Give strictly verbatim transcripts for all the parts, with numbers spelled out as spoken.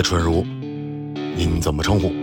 春日屋，您怎么称呼？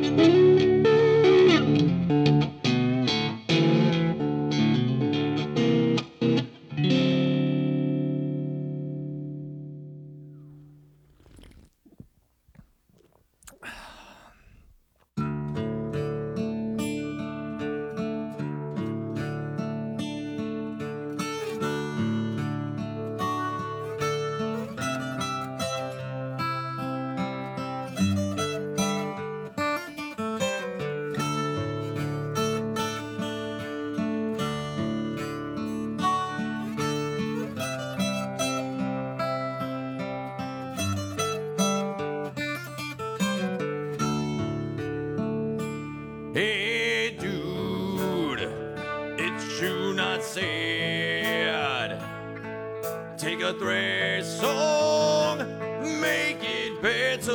Hey dude, it's you not sad. Take a thresh song, make it better.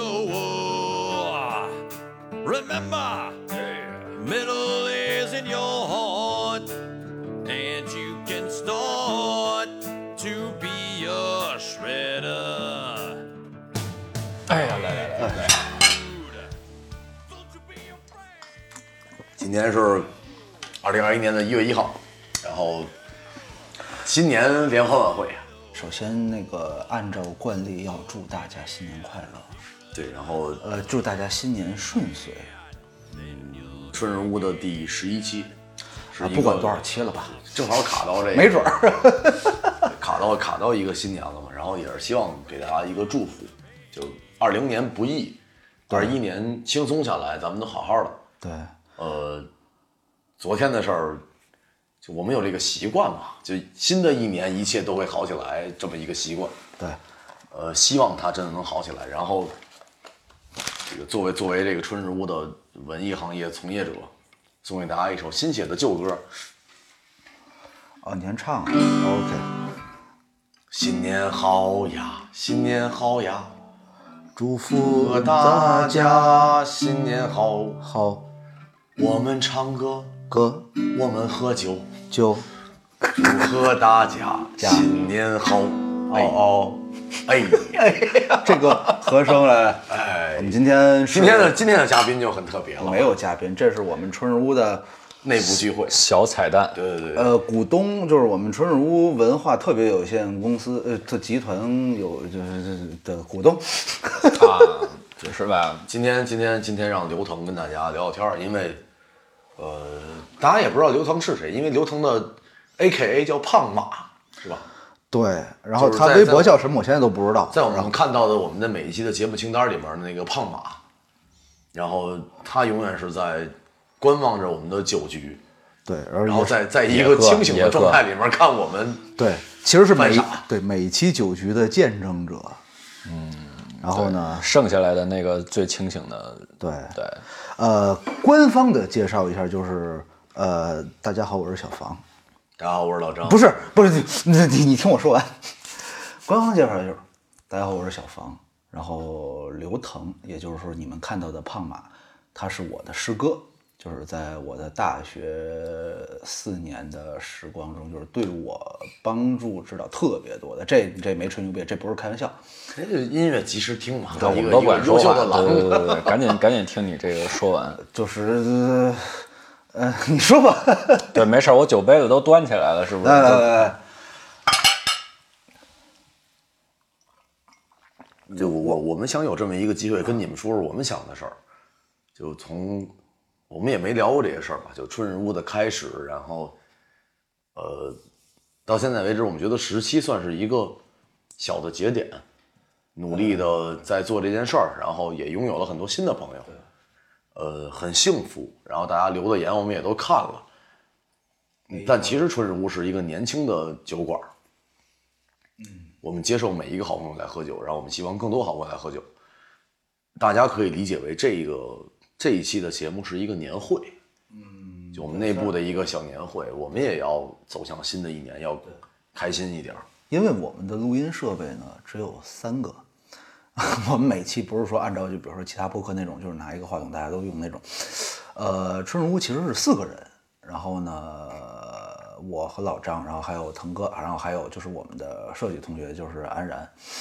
Remember, metal is in your heart, and you can start to be a shredder. 哎呀，来来来来。 今年是二零二一年的一月一号，然后新年联欢晚会。 首先，那个按照惯例要祝大家新年快乐。 对，然后呃，祝大家新年顺遂。 春日屋的第十一期，是啊，不管多少期了吧， 正好卡到这个， 没准儿卡到卡到一个新年了嘛。然后也是希望给大家一个祝福，就二零年不易，二一年轻松下来，咱们都好好的。 对。 呃，昨天的事儿，就我们有这个习惯嘛，就新的一年一切都会好起来这么一个习惯。 对， 呃，希望它真的能好起来。然后，这个作为作为这个春日屋的文艺行业从业者，送给大家一首新写的旧歌。 哦，你先唱啊 ，OK。 新年好呀，新年好呀， 祝福大家新年好。 好。 我们唱歌， 歌， 我们喝酒， 酒， 祝贺大家新年好！ 哦哦， 哎， 这个和声来， 哎， 我们今天今天的今天的嘉宾就很特别了， 没有嘉宾，这是我们春日屋的内部聚会， 小彩蛋。 对对对， 呃，股东就是我们春日屋文化特别有限公司呃特集团有就是的股东啊，是吧？ 今天今天今天让刘腾跟大家聊聊天，因为。呃，大家也不知道刘腾是谁，因为刘腾的 A K A 叫胖马，是吧？ 对，然后他微博叫什么，我现在都不知道。 在我们看到的我们的每一期的节目清单里面的那个胖马，然后他永远是在观望着我们的酒局， 对， 然后在在一个清醒的状态里面看我们， 对，其实是每对每一期酒局的见证者，嗯。然后呢， 剩下来的那个最清醒的， 对对， 呃，官方的介绍一下，就是呃，大家好，我是小房， 大家好，我是老张， 不是不是，你你你听我说完，官方介绍就是大家好，我是小房，然后刘腾，也就是说你们看到的胖马，他是我的师哥。就是在我的大学四年的时光中，就是对我帮助指导特别多的。这这没吹牛逼，这不是开玩笑。 哎，这音乐及时听嘛， 我们都管说完。对对对对，赶紧赶紧听你这个说完。 就是呃，你说吧。 对，没事，我酒杯子都端起来了，是不是？ 来来来来。 就我我们想有这么一个机会跟你们说说我们想的事儿，就从。我们也没聊过这些事儿吧，就春日屋的开始，然后，呃，到现在为止，我们觉得十七算是一个小的节点，努力的在做这件事儿，然后也拥有了很多新的朋友，呃，很幸福。然后大家留的言我们也都看了，但其实春日屋是一个年轻的酒馆，嗯，我们接受每一个好朋友来喝酒，然后我们希望更多好朋友来喝酒，大家可以理解为这个。这一期的节目是一个年会，嗯，就我们内部的一个小年会，我们也要走向新的一年，要开心一点。 因为我们的录音设备呢只有三个，我们每期不是说按照就比如说其他播客那种，就是拿一个话筒大家都用那种。呃，春日屋其实是四个人，然后呢，我和老张，然后还有腾哥，然后还有就是我们的设计同学就是安然。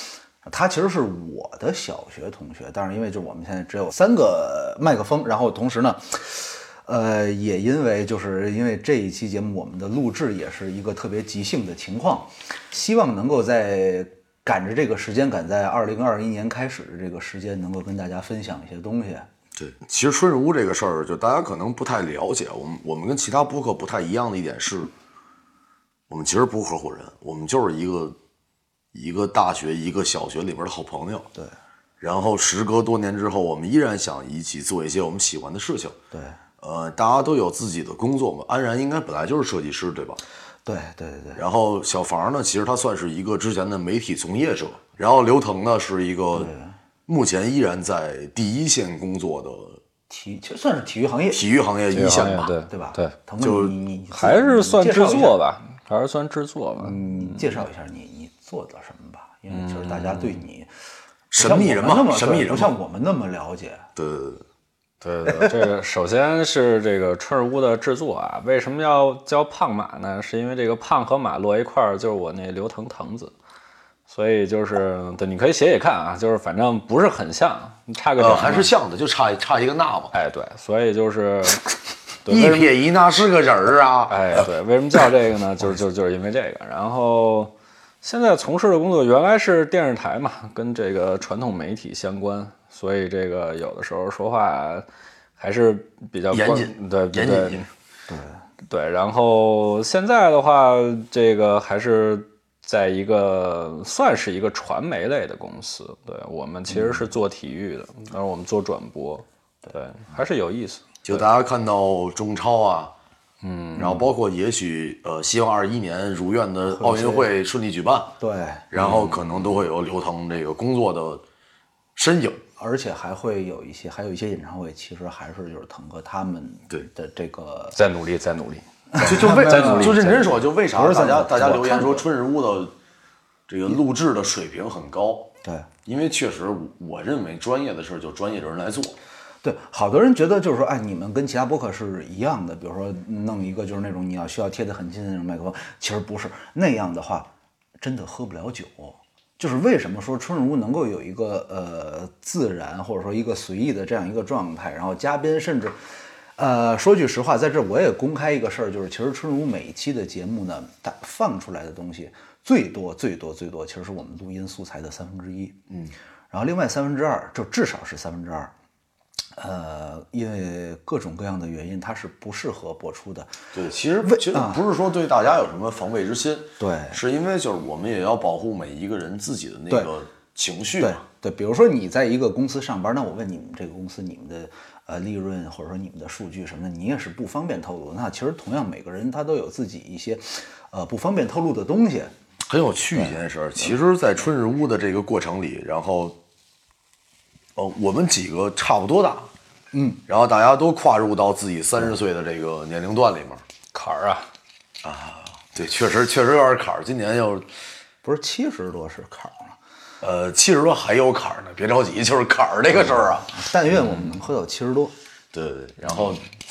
他其实是我的小学同学，但是因为就我们现在只有三个麦克风，然后同时呢，呃，也因为就是因为这一期节目我们的录制也是一个特别即兴的情况，希望能够在赶着这个时间，赶在二零二一年开始的这个时间，能够跟大家分享一些东西。 对，其实春日屋这个事儿，就大家可能不太了解。我们我们跟其他播客不太一样的一点是，我们其实不是合伙人，我们就是一个一个大学一个小学里边的好朋友。 对。 然后时隔多年之后，我们依然想一起做一些我们喜欢的事情。 对。 呃，大家都有自己的工作嘛。安然应该本来就是设计师，对吧？ 对对对。 然后小房呢，其实他算是一个之前的媒体从业者。然后刘腾呢，是一个目前依然在第一线工作的体，其实算是体育行业， 体育行业一线吧， 对对吧？ 对， 腾就你你还是算制作吧，还是算制作吧。 你介绍一下你你做的什么吧，因为就是大家对你神秘人嘛，神秘人不像我们那么了解。 对对对。 对对对，这个首先是这个春日屋的制作啊，为什么要叫胖马呢？是因为这个胖和马落一块儿就是我那刘腾腾字，所以就是对，你可以写写看啊，就是反正不是很像，差个点、 呃、还是像的，就差差一个那嘛。 哎，对，所以就是一撇一捺是个人儿啊。 哎，对，为什么叫这个呢？就是就就是因为这个，然后。现在从事的工作原来是电视台嘛，跟这个传统媒体相关，所以这个有的时候说话还是比较严谨， 对， 严谨， 对对。然后现在的话，这个还是在一个算是一个传媒类的公司，对我们其实是做体育的，但是我们做转播，对，还是有意思。 就大家看到中超啊。嗯，然后包括也许呃，希望二一年如愿的奥运会顺利举办， 对， 然后可能都会有刘腾这个工作的身影， 而且还会有一些，还有一些演唱会，其实还是就是腾哥他们对的这个在努力，在努力， 就就为就认真说， 就为啥大家大家留言说春日屋的这个录制的水平很高？ 对， 因为确实我认为专业的事就专业的人来做。 对，好多人觉得就是说，哎，你们跟其他播客是一样的，比如说弄一个就是那种你要需要贴得很近的那种麦克风，其实不是那样的话，真的喝不了酒。就是为什么说春日屋能够有一个呃自然或者说一个随意的这样一个状态，然后嘉宾甚至，呃，说句实话，在这我也公开一个事儿，就是其实春日屋每一期的节目呢，它放出来的东西最多最多最多，其实是我们录音素材的三分之一，嗯，然后另外三分之二，就至少是三分之二。呃，因为各种各样的原因，它是不适合播出的。 对，其实其实不是说对大家有什么防备之心，对，是因为就是我们也要保护每一个人自己的那个情绪嘛。 对，对，比如说你在一个公司上班，那我问你们这个公司你们的呃利润或者说你们的数据什么的，你也是不方便透露。那其实同样每个人他都有自己一些呃不方便透露的东西。 很有趣一件事，其实，在春日屋的这个过程里，然后。呃，我们几个差不多大，嗯，然后大家都跨入到自己三十岁的这个年龄段里面， 坎儿啊， 啊，对，确实确实有点坎儿。今年又不是七十多是坎儿吗？ 呃，七十多还有坎儿呢，别着急，就是坎儿这个事儿啊。 但愿我们能喝到七十多。 对对，然后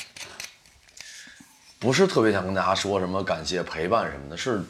不是特别想跟大家说什么感谢陪伴什么的，是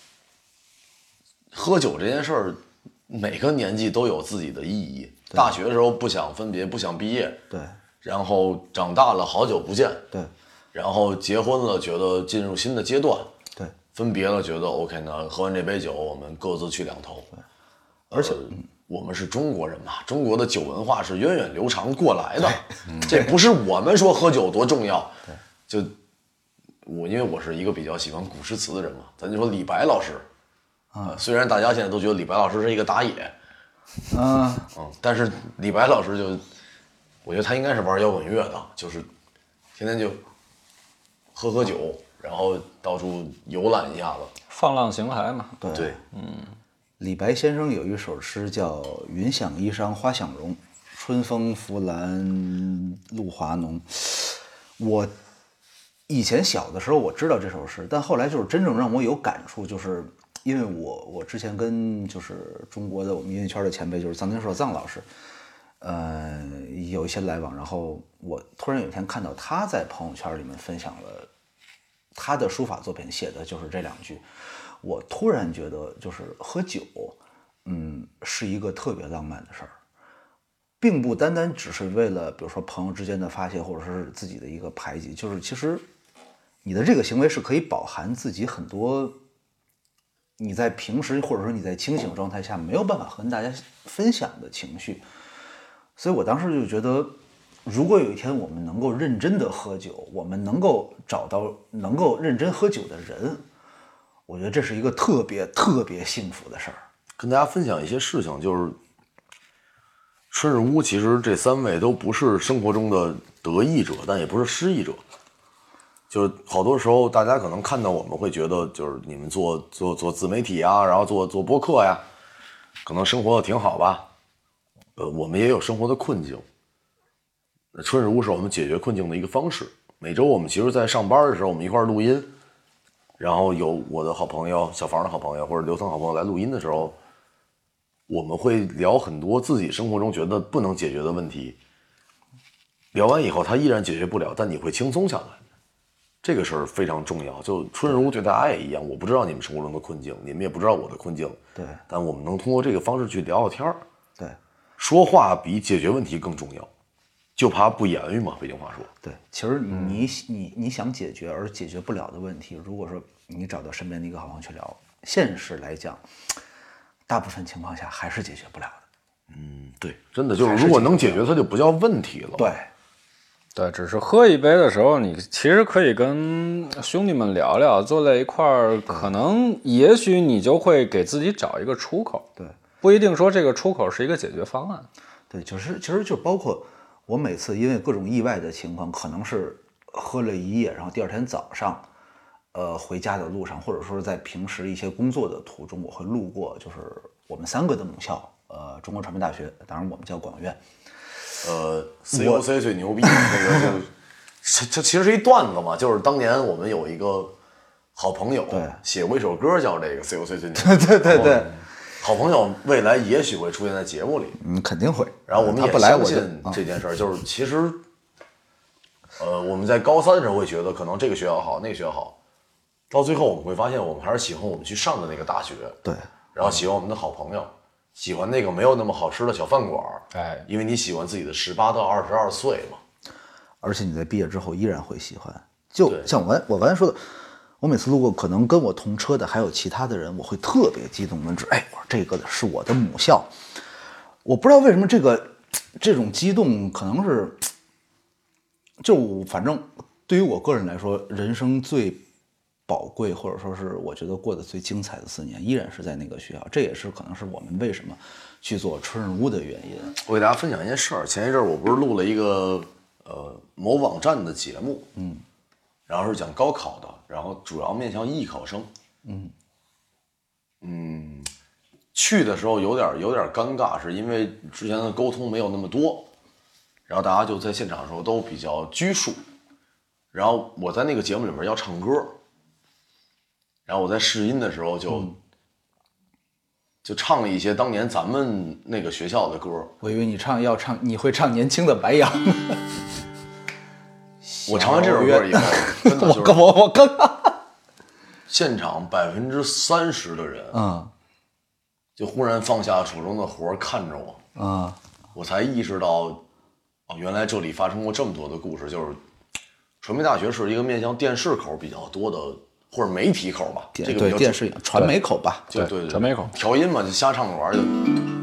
喝酒这件事儿，每个年纪都有自己的意义。大学的时候不想分别，不想毕业， 对， 然后长大了好久不见， 对， 然后结婚了，觉得进入新的阶段， 对， 分别了，觉得 OK 呢，喝完这杯酒，我们各自去两头，对， 而且、 呃、我们是中国人嘛，中国的酒文化是源远流长过来的，这不是我们说喝酒多重要，就我因为我是一个比较喜欢古诗词的人嘛，咱就说李白老师，啊、呃，虽然大家现在都觉得李白老师是一个打野。 嗯嗯，但是李白老师就，我觉得他应该是玩摇滚乐的，就是天天就喝喝酒，然后到处游览一下子， 放浪形骸嘛。 对对， 嗯，李白先生有一首诗叫《云想衣裳花想容，春风拂槛露华浓》。我以前小的时候我知道这首诗，但后来就是真正让我有感触，就是。因为我我之前跟就是中国的我们音乐圈的前辈就是臧天朔臧老师，呃有一些来往，然后我突然有一天看到他在朋友圈里面分享了他的书法作品，写的就是这两句，我突然觉得就是喝酒， 嗯，是一个特别浪漫的事儿，并不单单只是为了比如说朋友之间的发泄，或者是自己的一个排解，就是其实你的这个行为是可以饱含自己很多你在平时或者说你在清醒状态下没有办法和大家分享的情绪。所以我当时就觉得，如果有一天我们能够认真的喝酒，我们能够找到能够认真喝酒的人，我觉得这是一个特别特别幸福的事儿。 跟大家分享一些事情，就是春日屋其实这三位都不是生活中的得意者，但也不是失意者。就是好多时候大家可能看到我们会觉得，就是你们做做做自媒体啊，然后做做播客呀，可能生活的挺好吧。呃，我们也有生活的困境。那春日屋是我们解决困境的一个方式。每周我们其实在上班的时候，我们一块儿录音，然后有我的好朋友小房的好朋友或者刘腾好朋友来录音的时候，我们会聊很多自己生活中觉得不能解决的问题。聊完以后他依然解决不了，但你会轻松下来，这个事儿非常重要。就春日屋对大家也一样，我不知道你们生活中的困境，你们也不知道我的困境， 对， 但我们能通过这个方式去聊聊天儿。 对， 说话比解决问题更重要，就怕不言语嘛，北京话说。 对，其实你、嗯、你你想解决而解决不了的问题，如果说你找到身边的一个好朋友去聊，现实来讲，大部分情况下还是解决不了的。 嗯，对，真的就是如果能解决，它就不叫问题了。 对， 对，只是喝一杯的时候，你其实可以跟兄弟们聊聊，坐在一块儿，可能也许你就会给自己找一个出口。 对， 不一定说这个出口是一个解决方案。 对，就是其实就包括我每次因为各种意外的情况，可能是喝了一夜，然后第二天早上，呃，回家的路上，或者说是在平时一些工作的途中，我会路过，就是我们三个的母校，呃，中国传媒大学，当然我们叫广院。 呃 ，C O C 最牛逼，那个就这这其实是一段子嘛，就是当年我们有一个好朋友， 对， 写过一首歌叫这个 C O C 最牛逼， 对对对对， 好朋友未来也许会出现在节目里， 嗯，肯定会。 然后我们也相信这件事儿，就是其实，呃，我们在高三的时候会觉得可能这个学校好，那个学校好，到最后我们会发现，我们还是喜欢我们去上的那个大学， 对， 然后喜欢我们的好朋友。喜欢那个没有那么好吃的小饭馆， 哎， 因为你喜欢自己的十八到二十二岁嘛， 而且你在毕业之后依然会喜欢。就像我刚我刚才说的，我每次路过，可能跟我同车的还有其他的人，我会特别激动的指，哎，我说这个是我的母校。我不知道为什么这个这种激动，可能是就反正对于我个人来说，人生最宝贵，或者说是我觉得过得最精彩的四年，依然是在那个学校。这也是可能是我们为什么去做春日屋的原因。 我给大家分享一件事儿，前一阵儿我不是录了一个呃某网站的节目，嗯，然后是讲高考的，然后主要面向艺考生，嗯嗯，去的时候有点有点尴尬，是因为之前的沟通没有那么多，然后大家就在现场的时候都比较拘束，然后我在那个节目里面要唱歌。然后我在试音的时候就、嗯、就唱了一些当年咱们那个学校的歌。 我以为你唱要唱你会唱年轻的白杨。 我唱完这首歌以后，真的就是我我刚现场百分之三十的人， 嗯， 就忽然放下手中的活看着我， 嗯， 我才意识到，哦，原来这里发生过这么多的故事。就是传媒大学是一个面向电视口比较多的。或者媒体口吧，这个对电视传媒口吧， 对对对， 传媒口调音嘛，就瞎唱着玩的。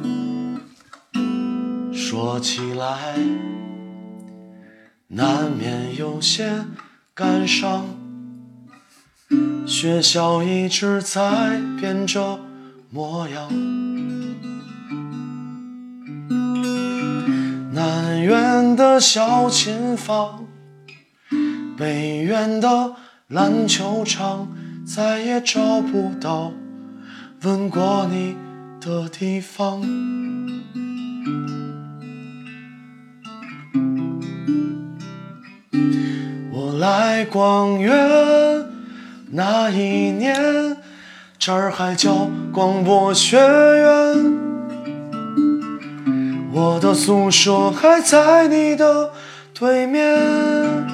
说起来，难免有些感伤，学校一直在变着模样，南园的小琴房，北园的篮球场，再也找不到吻过你的地方。我来广院那一年，这儿还叫广播学院，我的宿舍还在你的对面。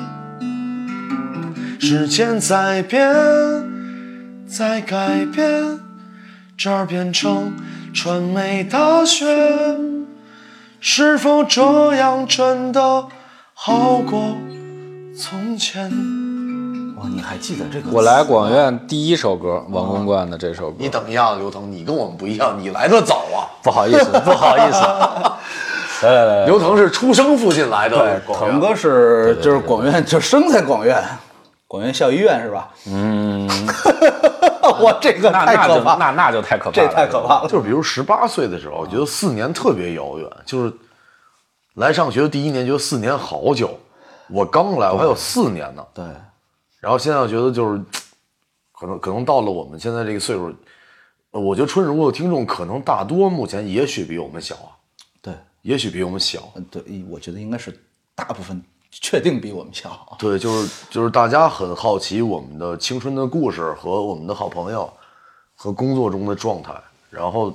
时间在变，在改变，这儿变成传媒大学，是否这样真的好过从前？ 哇，你还记得这个？ 我来广院第一首歌，王公冠的这首歌。 你等一下，刘腾，你跟我们不一样，你来的早啊！ 不好意思，不好意思。来来来， 刘腾是出生附近来的， 对，腾哥是就是广院，就生在广院，广院校医院是吧？ 嗯， 哇，这个那那就太可怕， 那那就太可怕了， 这太可怕了。 就是比如十八岁的时候，我觉得四年特别遥远，就是来上学的第一年觉得四年好久，我刚来我还有四年呢。 对， 然后现在我觉得就是可能可能到了我们现在这个岁数，呃我觉得春日屋的听众可能大多目前也许比我们小啊， 对， 也许比我们小。 对，我觉得应该是大部分确定比我们小。 对，就是就是大家很好奇我们的青春的故事和我们的好朋友和工作中的状态，然后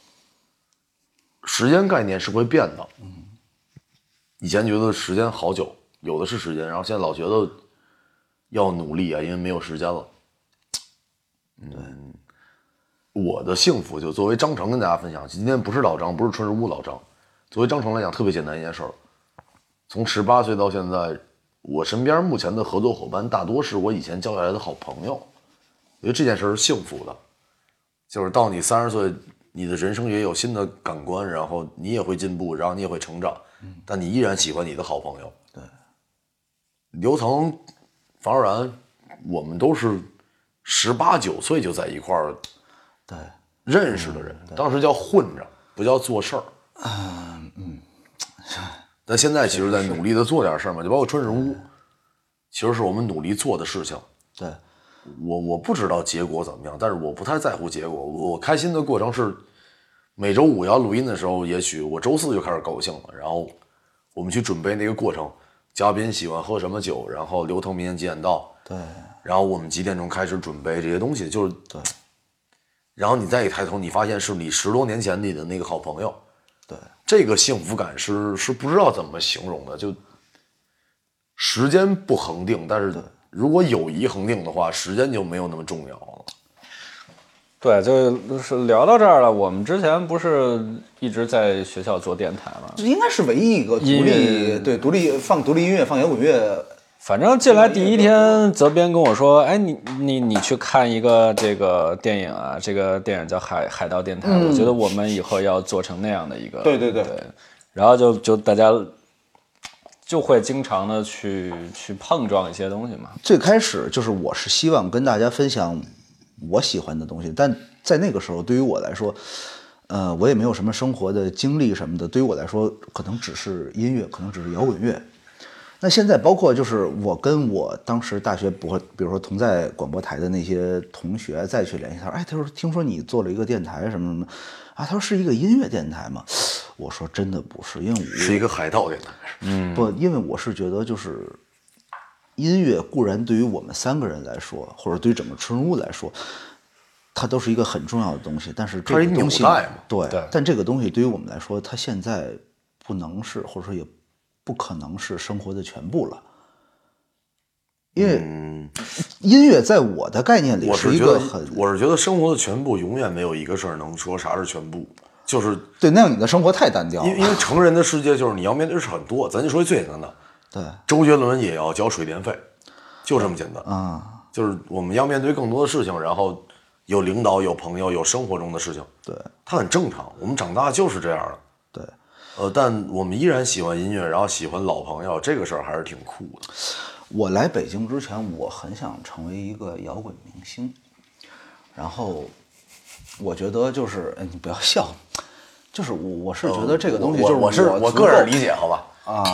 时间概念是会变的。嗯，以前觉得时间好久，有的是时间，然后现在老觉得要努力啊，因为没有时间了。嗯，我的幸福就作为张成跟大家分享，今天不是老张，不是春日屋老张，作为张成来讲特别简单一件事儿。从十八岁到现在，我身边目前的合作伙伴大多是我以前交下来的好朋友，我觉得这件事是幸福的。就是到你三十岁，你的人生也有新的感官，然后你也会进步，然后你也会成长，但你依然喜欢你的好朋友。 对， 刘腾、房若然，我们都是十八九岁就在一块儿对认识的人，当时叫混着，不叫做事儿。 嗯嗯。 但现在其实在努力的做点事儿嘛，就包括春日屋，其实是我们努力做的事情。 对， 我我不知道结果怎么样，但是我不太在乎结果。我开心的过程是每周五要录音的时候，也许我周四就开始高兴了，然后我们去准备那个过程，嘉宾喜欢喝什么酒，然后刘腾明天几点到， 对， 然后我们几点钟开始准备这些东西，就是对。 然后你再一抬头，你发现是你十多年前你的那个好朋友。 对， 这个幸福感是是不知道怎么形容的，就时间不恒定，但是如果友谊恒定的话，时间就没有那么重要了。 对，就是聊到这儿了。我们之前不是一直在学校做电台吗？ 这应该是唯一一个独立对独立放独立音乐放摇滚乐。 反正进来第一天，责编跟我说：“哎，你你你去看一个这个电影啊，这个电影叫《海海盗电台》，嗯，我觉得我们以后要做成那样的一个。” 对对对。 对，然后就就大家就会经常的去去碰撞一些东西嘛。 最开始就是我是希望跟大家分享我喜欢的东西，但在那个时候对于我来说，呃，我也没有什么生活的经历什么的，对于我来说可能只是音乐，可能只是摇滚乐。那现在包括就是我跟我当时大学不会，比如说同在广播台的那些同学再去联系他说，哎，他说听说你做了一个电台什么什么，啊，他说是一个音乐电台吗？我说真的不是，因为我是一个海盗电台。 嗯，不，因为我是觉得就是音乐固然对于我们三个人来说，或者对于整个春屋来说，它都是一个很重要的东西，但是这个东西对， 对， 但这个东西对于我们来说，它现在不能是，或者说也不可能是生活的全部了，因为音乐在我的概念里我是一个很， 我是觉得生活的全部永远没有一个事儿能说啥是全部，就是对，那样你的生活太单调了。 因因为成人的世界就是你要面对的事很多，咱就说最简单的， 对， 周杰伦也要交水电费，就这么简单啊、 嗯，就是我们要面对更多的事情，然后有领导、有朋友、有生活中的事情， 对， 它很正常，我们长大就是这样的。 对， 呃，但我们依然喜欢音乐，然后喜欢老朋友，这个事儿还是挺酷的。 我来北京之前，我很想成为一个摇滚明星，然后我觉得就是，哎，你不要笑，就是我我是觉得这个东西就是我是我个人理解，好吧？ 啊，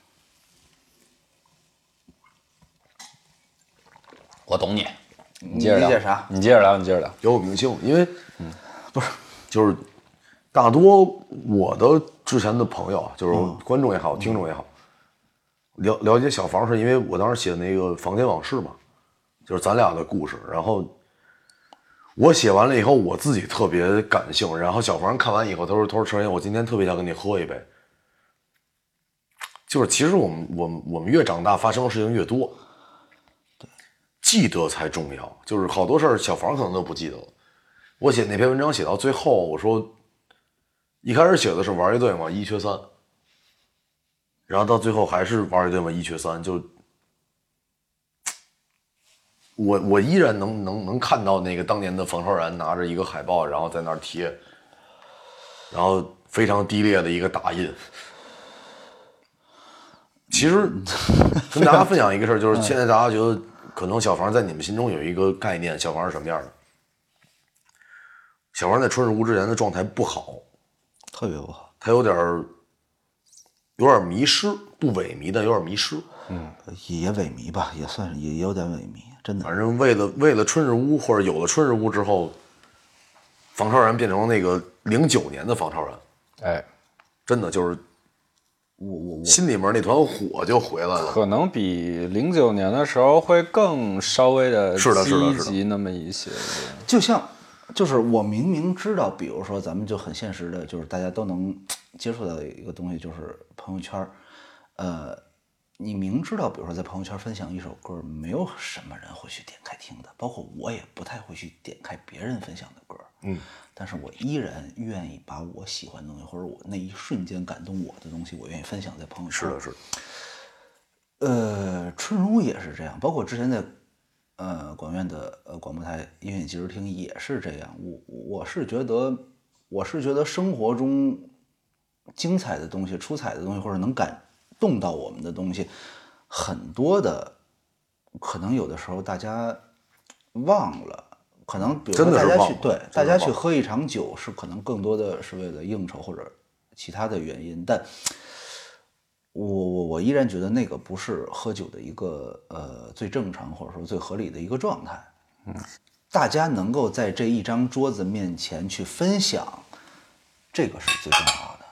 我懂你，你你接着聊理解啥？ 你接着聊，你接着聊。 摇滚明星，因为嗯，不是，就是大多我的之前的朋友啊，就是观众也好，听众也好。了了解小房是因为我当时写那个房间往事嘛，就是咱俩的故事。然后我写完了以后，我自己特别感性。然后小房看完以后，他说：“他说陈晨，我今天特别想跟你喝一杯。”就是其实我们我们我们越长大，发生的事情越多，记得才重要。就是好多事儿，小房可能都不记得了。我写那篇文章写到最后，我说一开始写的是玩乐队嘛，一缺三，然后到最后还是玩乐队嘛，一缺三，就我我依然能能能看到那个当年的冯超然拿着一个海报，然后在那儿贴，然后非常低劣的一个打印。其实跟大家分享一个事儿，就是现在大家觉得可能小房在你们心中有一个概念，小房是什么样的？小房在春日屋之前的状态不好， 特别不好， 他有点有点迷失，不萎靡的有点迷失。 嗯，也萎靡吧，也算是也有点萎靡，真的。 反正为了为了春日屋，或者有了春日屋之后，房超然变成那个零九年的房超然， 哎， 真的就是我我我心里面那团火就回来了。 可能比零九年的时候会更稍微的是的是的积极那么一些。 就像就是我明明知道，比如说咱们就很现实的，就是大家都能接触到的一个东西，就是朋友圈，呃。你明知道，比如说在朋友圈分享一首歌，没有什么人会去点开听的，包括我也不太会去点开别人分享的歌， 嗯， 但是我依然愿意把我喜欢的东西，或者我那一瞬间感动我的东西，我愿意分享在朋友圈。 是的，是的。 呃，春如也是这样，包括之前在呃广院的呃广播台音乐即时听也是这样。我我是觉得，我是觉得生活中精彩的东西、出彩的东西，或者能感动到我们的东西，很多的，可能有的时候大家忘了，可能比如说大家去对大家去喝一场酒，是可能更多的是为了应酬或者其他的原因，但我我我依然觉得那个不是喝酒的一个呃最正常或者说最合理的一个状态。嗯，大家能够在这一张桌子面前去分享，这个是最重要的。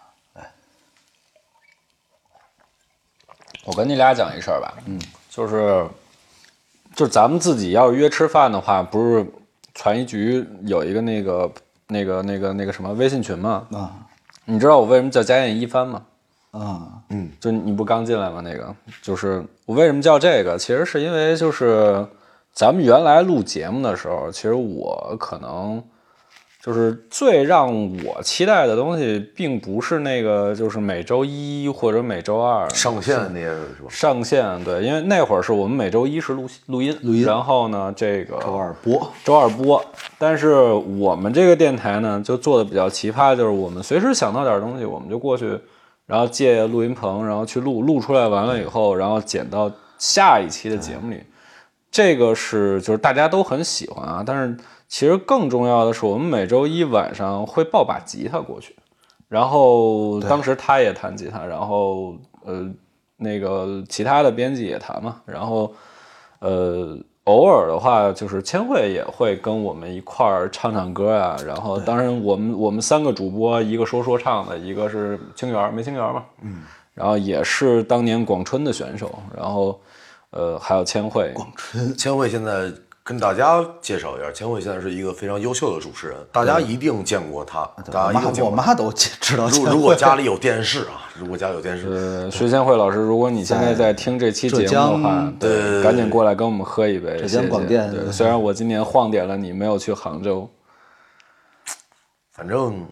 我跟你俩讲一事儿吧，嗯，就是，就是咱们自己要是约吃饭的话，不是传一局有一个那个那个那个那个什么微信群吗？ 啊， 你知道我为什么叫家宴一番吗？ 啊， 嗯，就你不刚进来吗？那个就是我为什么叫这个，其实是因为就是咱们原来录节目的时候，其实我可能。就是最让我期待的东西，并不是那个，就是每周一或者每周二上线那些是吧？ 上线对，因为那会儿是我们每周一是录录音， 录音， 然后呢，这个周二播， 周二播。但是我们这个电台呢，就做的比较奇葩，就是我们随时想到点东西，我们就过去，然后借录音棚，然后去录，录出来完了以后，然后剪到下一期的节目里。这个是就是大家都很喜欢啊，但是。其实更重要的是，我们每周一晚上会抱把吉他过去，然后当时他也弹吉他，然后呃那个其他的编辑也弹嘛，然后呃偶尔的话就是千惠也会跟我们一块儿唱唱歌啊，然后当然我们我们三个主播，一个说说唱的，一个是清源梅清源嘛，嗯，然后也是当年广春的选手，然后呃还有千惠， 广春千惠现在。跟大家介绍一下，千惠现在是一个非常优秀的主持人，大家一定见过他。大家一定见过我妈都知道。 如如果家里有电视啊，如果家里有电视， 呃，徐千惠老师，如果你现在在听这期节目的话，对，赶紧过来跟我们喝一杯。 浙江广电， 对，虽然我今年晃点了你，没有去杭州， 反正，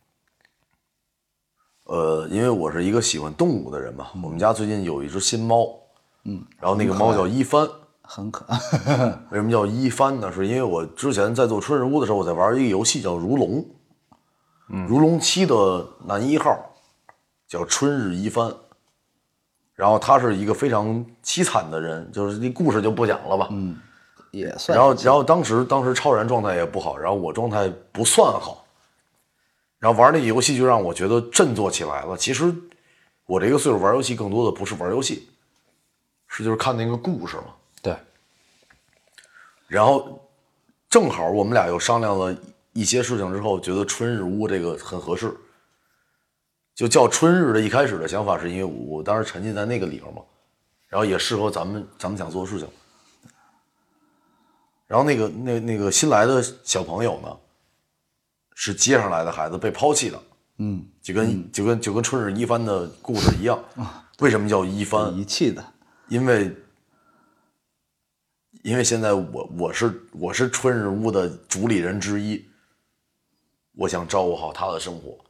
呃，因为我是一个喜欢动物的人嘛，我们家最近有一只新猫，嗯，然后那个猫叫一帆。 很可爱。 为什么叫一番呢？是因为我之前在做春日屋的时候，我在玩一个游戏叫《如龙》，嗯，《如龙七》的男一号叫春日一番，然后他是一个非常凄惨的人，就是这故事就不讲了吧， 嗯，也算。 然后，然后当时当时超然状态也不好，然后我状态不算好，然后玩那个游戏就让我觉得振作起来了。其实我这个岁数玩游戏更多的不是玩游戏，是就是看那个故事嘛。 对， 然后正好我们俩又商量了一些事情之后，觉得春日屋这个很合适，就叫春日的。一开始的想法是因为我当时沉浸在那个里面嘛，然后也适合咱们咱们想做的事情。然后那个那那个新来的小朋友呢，是街上来的孩子被抛弃的， 嗯， 就跟、嗯、就跟就跟春日一番的故事一样。为什么叫一番？ 遗弃的， 因为。因为现在我我是我是春日屋的主理人之一，我想照顾好他的生活，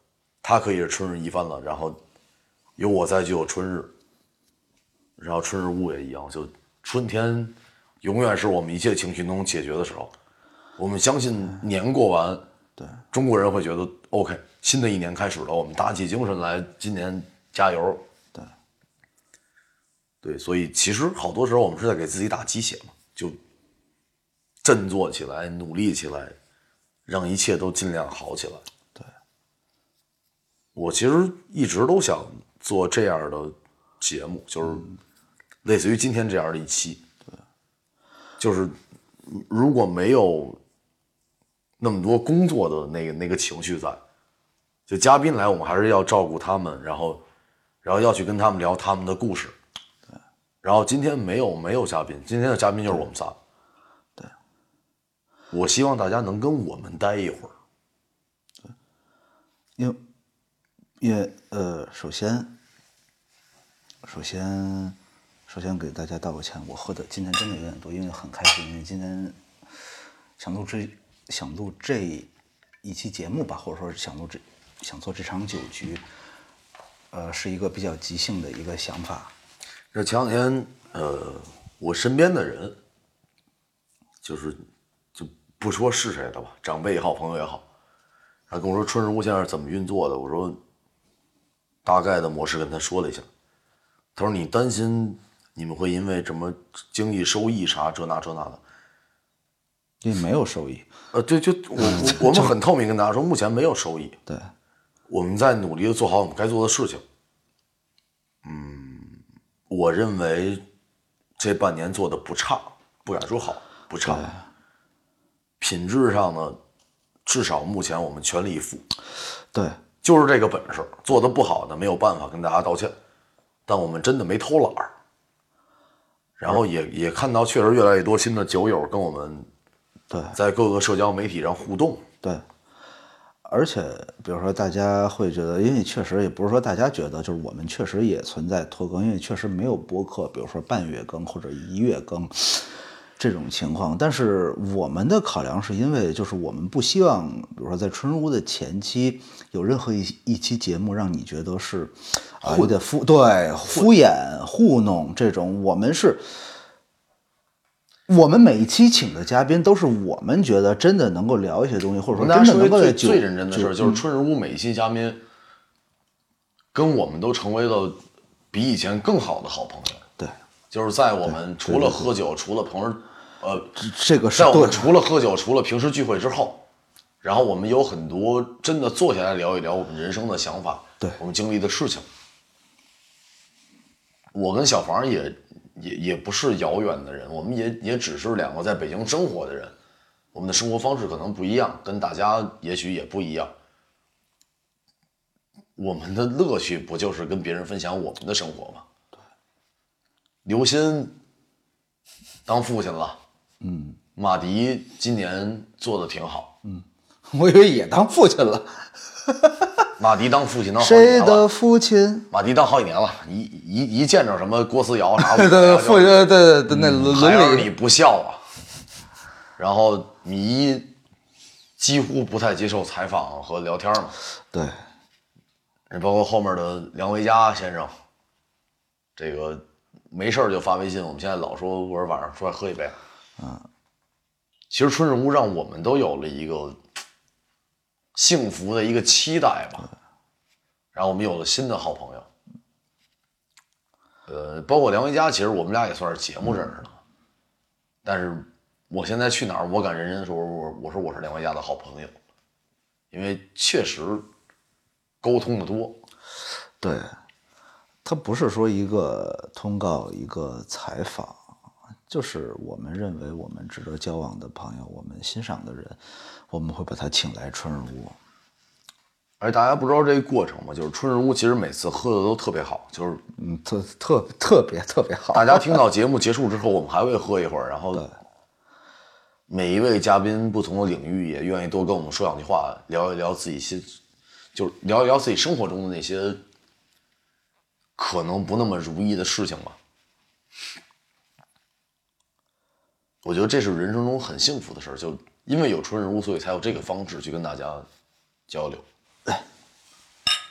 他可以是春日一番了，然后有我在就有春日，然后春日屋也一样，就春天永远是我们一切情绪都能解决的时候。我们相信年过完， 对中国人会觉得 OK， 新的一年开始了，我们打起精神来，今年加油。 对， 对，所以其实好多时候我们是在给自己打鸡血嘛，就振作起来，努力起来，让一切都尽量好起来。 对， 我其实一直都想做这样的节目，就是类似于今天这样的一期。对，就是如果没有那么多工作的那个那个情绪在，就嘉宾来，我们还是要照顾他们，然后然后要去跟他们聊他们的故事。对，然后今天没有没有嘉宾，今天的嘉宾就是我们仨。 对， 我希望大家能跟我们待一会儿。 对，因为因为呃，首先首先首先给大家道个歉，我喝的今天真的有点多，因为很开心，因为今天想录这想录这一期节目吧，或者说想录这想做这场酒局，呃，是一个比较即兴的一个想法。 这前两天，呃，我身边的人，就是就不说是谁的吧，长辈也好，朋友也好，他跟我说春日屋现在是怎么运作的，我说大概的模式跟他说了一下，他说你担心你们会因为什么经济收益啥这那这那的， 因为没有收益。 呃，对，就我我我们很透明跟大家说，目前没有收益， 对， 我们在努力的做好我们该做的事情。嗯，我认为这半年做的不差，不敢说好，不差。品质上呢，至少目前我们全力以赴。 对， 就是这个本事，做的不好的没有办法跟大家道歉，但我们真的没偷懒儿。然后也也看到，确实越来越多新的酒友跟我们对在各个社交媒体上互动。 对，而且比如说大家会觉得，因为确实也不是说大家觉得，就是我们确实也存在拖更，因为确实没有播客，比如说半月更或者一月更这种情况。但是我们的考量是因为，就是我们不希望，比如说在春日屋的前期有任何一一期节目让你觉得是啊有点敷对敷衍糊弄这种，我们是。我们每一期请的嘉宾都是我们觉得真的能够聊一些东西，或者说真的能够最最最认真的事儿就是春日屋每一期嘉宾跟我们都成为了比以前更好的好朋友。 对， 就是在我们除了喝酒，除了朋友，呃， 这个是在我们除了喝酒，除了平时聚会之后，然后我们有很多真的坐下来聊一聊我们人生的想法， 对我们经历的事情。我跟小房也。也也不是遥远的人，我们也也只是两个在北京生活的人，我们的生活方式可能不一样，跟大家也许也不一样。我们的乐趣不就是跟别人分享我们的生活吗？对。刘鑫当父亲了，嗯，马迪今年做的挺好， 嗯，我以为也当父亲了。 马迪当父亲当好几年了。 谁的父亲？ 马迪当好几年了，一一一见着什么郭思瑶啥的，对父亲对对对那伦理你不孝啊。然后米一几乎不太接受采访和聊天嘛。 对， 包括后面的梁维嘉先生，这个没事就发微信，我们现在老说我说晚上出来喝一杯。嗯，其实春日屋让我们都有了一个幸福的一个期待吧，然后我们有了新的好朋友，呃，包括梁维嘉，其实我们俩也算是节目认识的，但是我现在去哪儿，我敢认真说，我我说我是梁维嘉的好朋友，因为确实沟通的多。 对，他不是说一个通告，一个采访，就是我们认为我们值得交往的朋友，我们欣赏的人，我们会把他请来春日屋。 而大家不知道这个过程吗？就是春日屋其实每次喝的都特别好，就是嗯，特特特别特别好。 大家听到节目结束之后，我们还会喝一会儿，然后每一位嘉宾不同的领域也愿意多跟我们说两句话，聊一聊自己心，就是聊一聊自己生活中的那些可能不那么如意的事情吧。我觉得这是人生中很幸福的事儿，就因为有春日屋，所以才有这个方式去跟大家交流。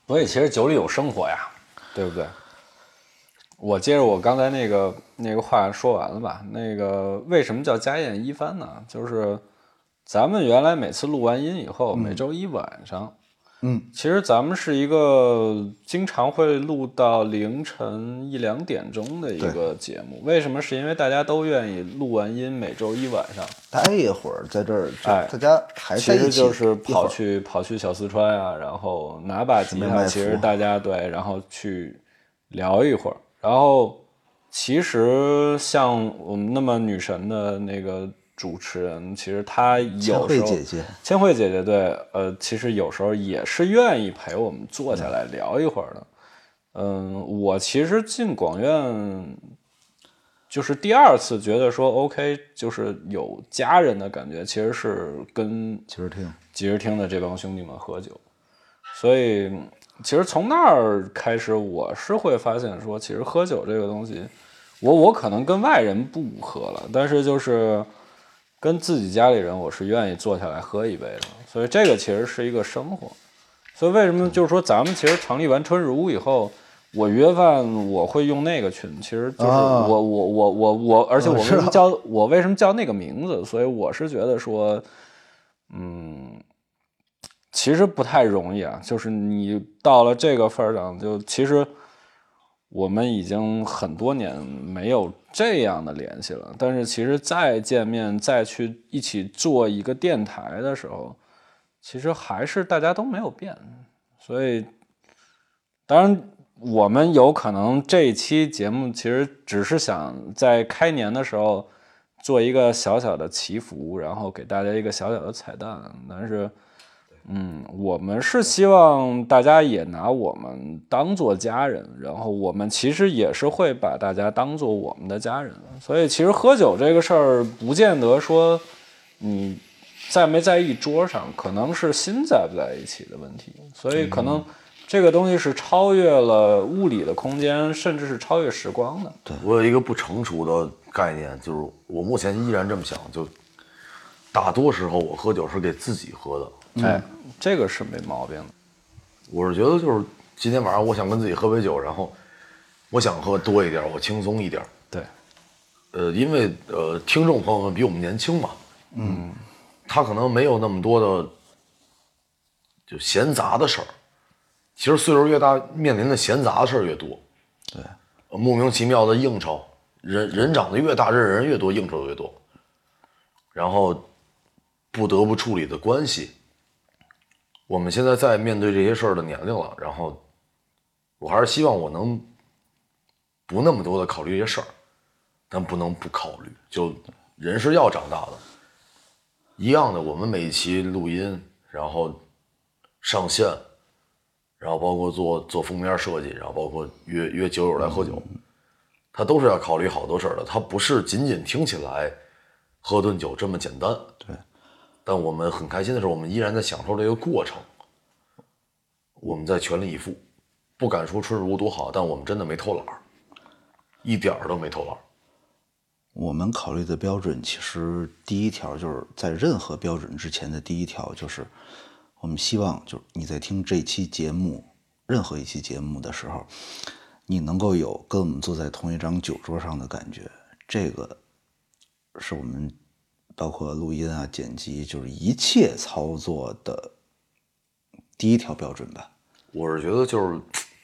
所以其实酒里有生活呀，对不对？我接着我刚才那个那个话说完了吧？那个为什么叫家宴一番呢？就是咱们原来每次录完音以后，嗯、每周一晚上， 嗯， 其实咱们是一个经常会录到凌晨一两点钟的一个节目。为什么？是因为大家都愿意录完音，每周一晚上待一会儿，在这儿， 哎， 大家还在一起， 其实就是跑去跑去小四川啊，然后拿把吉他，其实大家对，然后去聊一会儿。然后，其实像我们那么女神的那个主持人，其实她有时候千惠姐姐， 千惠姐姐对，呃，其实有时候也是愿意陪我们坐下来聊一会儿的。嗯，我其实进广院就是第二次觉得说 OK， 就是有家人的感觉，其实是跟集市厅集市厅的这帮兄弟们喝酒，所以。其实从那儿开始，我是会发现说，其实喝酒这个东西，我我可能跟外人不喝了，但是就是跟自己家里人，我是愿意坐下来喝一杯的。所以这个其实是一个生活。所以为什么就是说，咱们其实成立完春日屋以后，我约饭我会用那个群，其实就是我、哦、我我我我，而且我为什么叫我为什么叫那个名字？所以我是觉得说，嗯。其实不太容易啊，就是你到了这个份上，就其实我们已经很多年没有这样的联系了。但是其实再见面、再去一起做一个电台的时候，其实还是大家都没有变。所以，当然我们有可能这一期节目其实只是想在开年的时候做一个小小的祈福，然后给大家一个小小的彩蛋，但是。嗯，我们是希望大家也拿我们当做家人，然后我们其实也是会把大家当做我们的家人。所以其实喝酒这个事儿，不见得说你在没在一桌上，可能是心在不在一起的问题。所以可能这个东西是超越了物理的空间，甚至是超越时光的。 对，我有一个不成熟的概念，就是我目前依然这么想，就大多时候我喝酒是给自己喝的。 哎，这个是没毛病的。 我是觉得就是今天晚上我想跟自己喝杯酒，然后我想喝多一点，我轻松一点。 对， 呃，因为呃，听众朋友们比我们年轻嘛，嗯，他可能没有那么多的就闲杂的事儿。其实岁数越大，面临的闲杂的事儿越多。 对， 莫名其妙的应酬，人人长得越大，认识人越多，应酬越多，然后不得不处理的关系。我们现在在面对这些事儿的年龄了，然后我还是希望我能不那么多的考虑这些事儿，但不能不考虑。就人是要长大的，一样的，我们每一期录音，然后上线，然后包括做做封面设计，然后包括约约酒友来喝酒，他都是要考虑好多事儿的。他不是仅仅听起来喝顿酒这么简单。 对。 但我们很开心的是，我们依然在享受这个过程，我们在全力以赴，不敢说春日屋多好，但我们真的没偷懒，一点儿都没偷懒。 我们考虑的标准，其实第一条就是在任何标准之前的第一条就是，我们希望就是你在听这期节目，任何一期节目的时候，你能够有跟我们坐在同一张酒桌上的感觉，这个是我们。包括录音啊、剪辑，就是一切操作的第一条标准吧。 我是觉得就是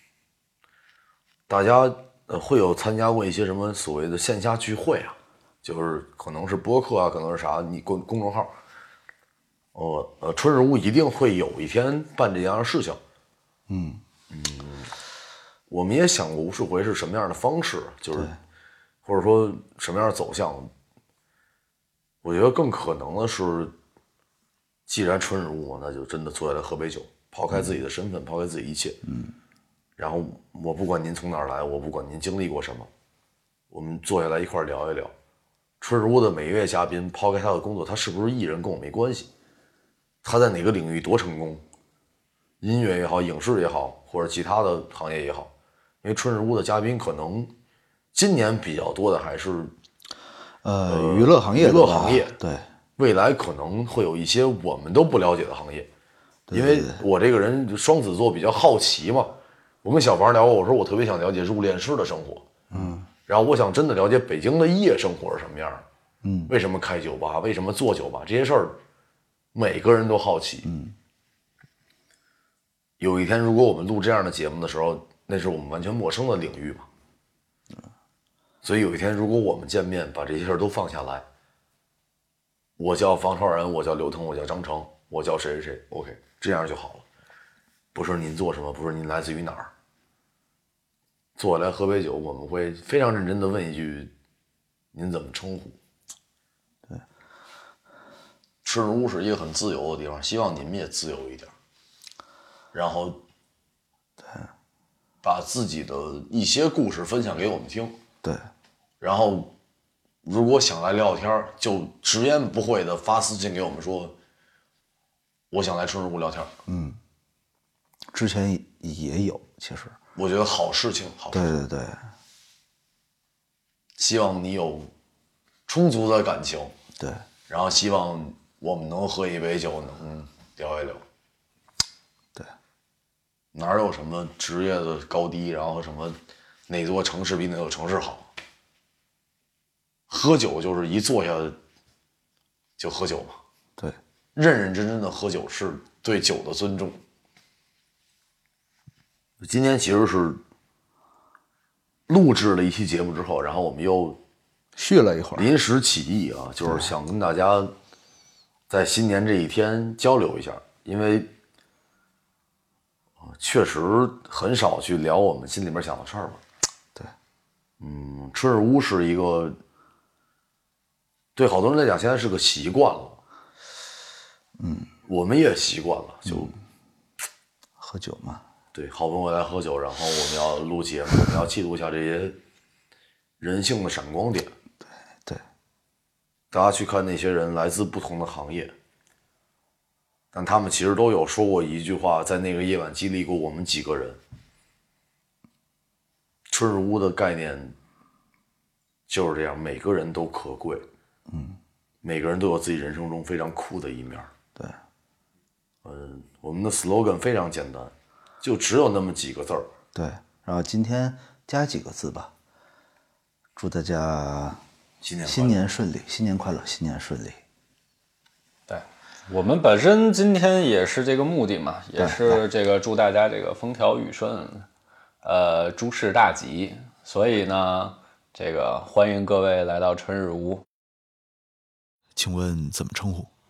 大家呃会有参加过一些什么所谓的线下聚会啊，就是可能是播客啊，可能是啥，你公公众号，呃呃，春日屋一定会有一天办这样的事情。嗯嗯，我们也想过无数回是什么样的方式，就是或者说什么样的走向。我觉得更可能的是，既然春日屋，那就真的坐下来喝杯酒，抛开自己的身份，抛开自己一切，嗯，然后我不管您从哪儿来，我不管您经历过什么，我们坐下来一块聊一聊。春日屋的每一位嘉宾，抛开他的工作，他是不是艺人跟我没关系，他在哪个领域多成功，音乐也好，影视也好，或者其他的行业也好，因为春日屋的嘉宾可能今年比较多的还是。 呃，娱乐行业， 娱乐行业， 对， 未来可能会有一些我们都不了解的行业， 因为我这个人双子座比较好奇嘛。我跟小房聊过，我说我特别想了解入殓师的生活，嗯，然后我想真的了解北京的夜生活是什么样的，嗯，为什么开酒吧，为什么做酒吧，这些事儿，每个人都好奇，嗯。有一天，如果我们录这样的节目的时候，那是我们完全陌生的领域嘛，所以有一天，如果我们见面，把这些事儿都放下来，我叫房超然，我叫刘腾，我叫张成，我叫谁谁谁 ，OK， 这样就好了。不是您做什么，不是您来自于哪儿。坐下来喝杯酒，我们会非常认真的问一句：您怎么称呼？ 对， 春日屋是一个很自由的地方，希望你们也自由一点。然后， 对， 把自己的一些故事分享给我们听。 对， 然后如果想来聊聊天，就直言不讳的发私信给我们说，我想来春日屋聊天。 嗯，之前也有，其实我觉得好事情，好事情。 对对对， 希望你有充足的感情。 对， 然后希望我们能喝一杯酒，能聊一聊。 对， 哪有什么职业的高低，然后什么哪座城市比哪座城市好？喝酒就是一坐下就喝酒嘛。 对， 认认真真的喝酒是对酒的尊重。今天其实是录制了一期节目之后，然后我们又续了一会儿， 临时起意啊，就是想跟大家在新年这一天交流一下，因为确实很少去聊我们心里面想的事儿嘛。 对， 嗯，春日屋是一个对好多人来讲现在是个习惯了。嗯，我们也习惯了，就、嗯、 喝酒嘛。 对，好朋友来喝酒，然后我们要录节目，我们要记录一下这些人性的闪光点。 对对， 大家去看那些人来自不同的行业，但他们其实都有说过一句话，在那个夜晚激励过我们几个人。春日屋的概念就是这样，每个人都可贵，嗯，每个人都有自己人生中非常酷的一面。 对， 嗯，我们的 slogan 非常简单。就只有那么几个字儿， 对。然后今天加几个字吧，祝大家新年新年顺利，新年快乐，新年顺利。 对，我们本身今天也是这个目的嘛，也是这个祝大家这个风调雨顺，呃，诸事大吉。所以呢，这个欢迎各位来到春日屋。 请问怎么称呼？